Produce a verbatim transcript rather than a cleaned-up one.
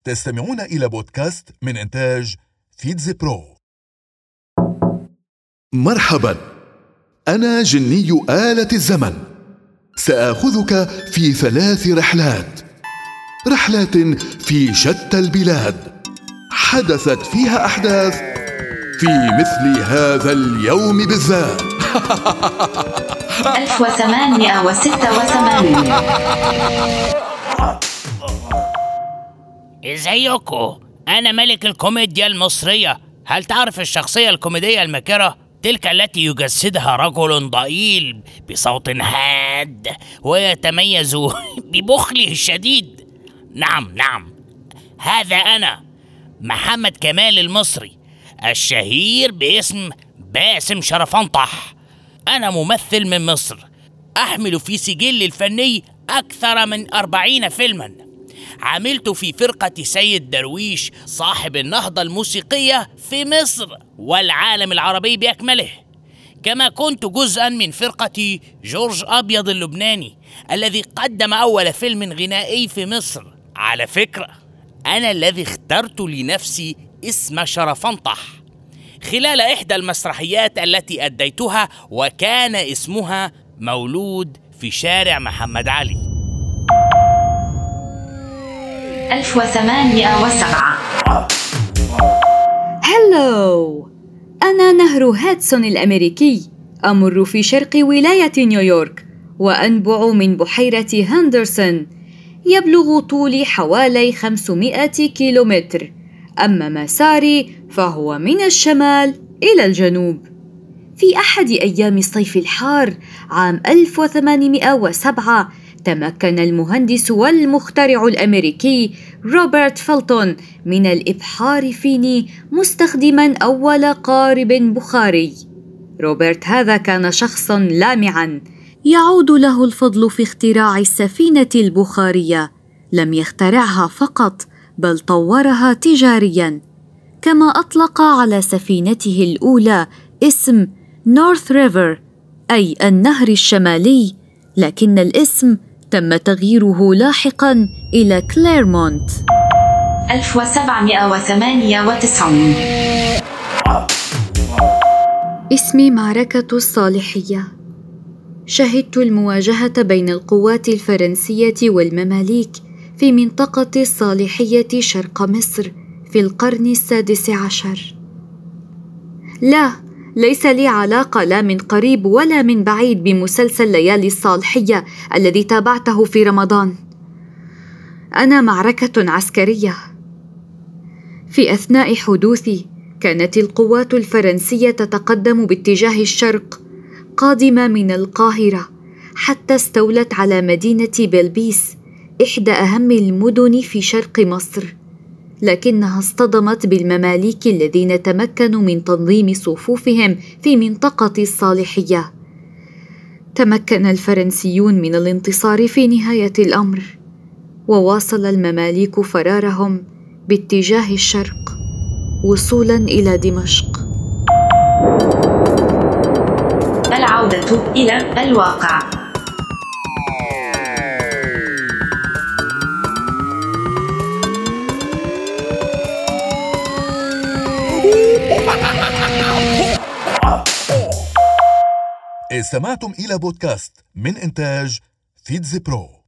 تستمعون إلى بودكاست من إنتاج فيتز برو. مرحبا، أنا جني آلة الزمن. سآخذك في ثلاث رحلات رحلات في شتى البلاد حدثت فيها أحداث في مثل هذا اليوم بالذات. ألف وثمانمائة وستة وثمانين. ازيكم؟ أنا ملك الكوميديا المصرية. هل تعرف الشخصية الكوميدية الماكرة؟ تلك التي يجسدها رجل ضئيل بصوت حاد ويتميز ببخله الشديد. نعم نعم، هذا أنا محمد كمال المصري، الشهير باسم باسم شرفنطح. أنا ممثل من مصر، أحمل في سجلي الفني أكثر من أربعين فيلما. عملت في فرقة سيد درويش صاحب النهضة الموسيقية في مصر والعالم العربي بأكمله، كما كنت جزءا من فرقة جورج أبيض اللبناني الذي قدم أول فيلم غنائي في مصر. على فكرة، أنا الذي اخترت لنفسي اسم شرفنطح خلال إحدى المسرحيات التي أديتها، وكان اسمها مولود في شارع محمد علي. ألف وثمانمائة وسبعة. هلو، أنا نهر هادسون الأمريكي، أمر في شرق ولاية نيويورك وأنبع من بحيرة هندرسون. يبلغ طولي حوالي خمسمائة كيلومتر، أما مساري فهو من الشمال إلى الجنوب. في أحد أيام الصيف الحار عام ألف وثمانمائة وسبعة تمكن المهندس والمخترع الأمريكي روبرت فلتون من الإبحار فيني مستخدما أول قارب بخاري. روبرت هذا كان شخصا لامعا يعود له الفضل في اختراع السفينة البخارية. لم يخترعها فقط، بل طورها تجاريا، كما أطلق على سفينته الأولى اسم نورث ريفر أي النهر الشمالي، لكن الاسم تم تغييره لاحقا إلى كليرمونت. ألف وسبعمائة وثمانية وتسعين. اسمي معركة الصالحية. شهدت المواجهة بين القوات الفرنسية والمماليك في منطقة الصالحية شرق مصر في القرن السادس عشر. لا، ليس لي علاقة لا من قريب ولا من بعيد بمسلسل ليالي الصالحية الذي تابعته في رمضان. أنا معركة عسكرية. في أثناء حدوثي كانت القوات الفرنسية تتقدم باتجاه الشرق، قادمة من القاهرة، حتى استولت على مدينة بلبيس، إحدى أهم المدن في شرق مصر، لكنها اصطدمت بالمماليك الذين تمكنوا من تنظيم صفوفهم في منطقة الصالحية. تمكن الفرنسيون من الانتصار في نهاية الأمر، وواصل المماليك فرارهم باتجاه الشرق وصولا إلى دمشق. العودة إلى الواقع. استمعتم إلى بودكاست من إنتاج فيتز برو.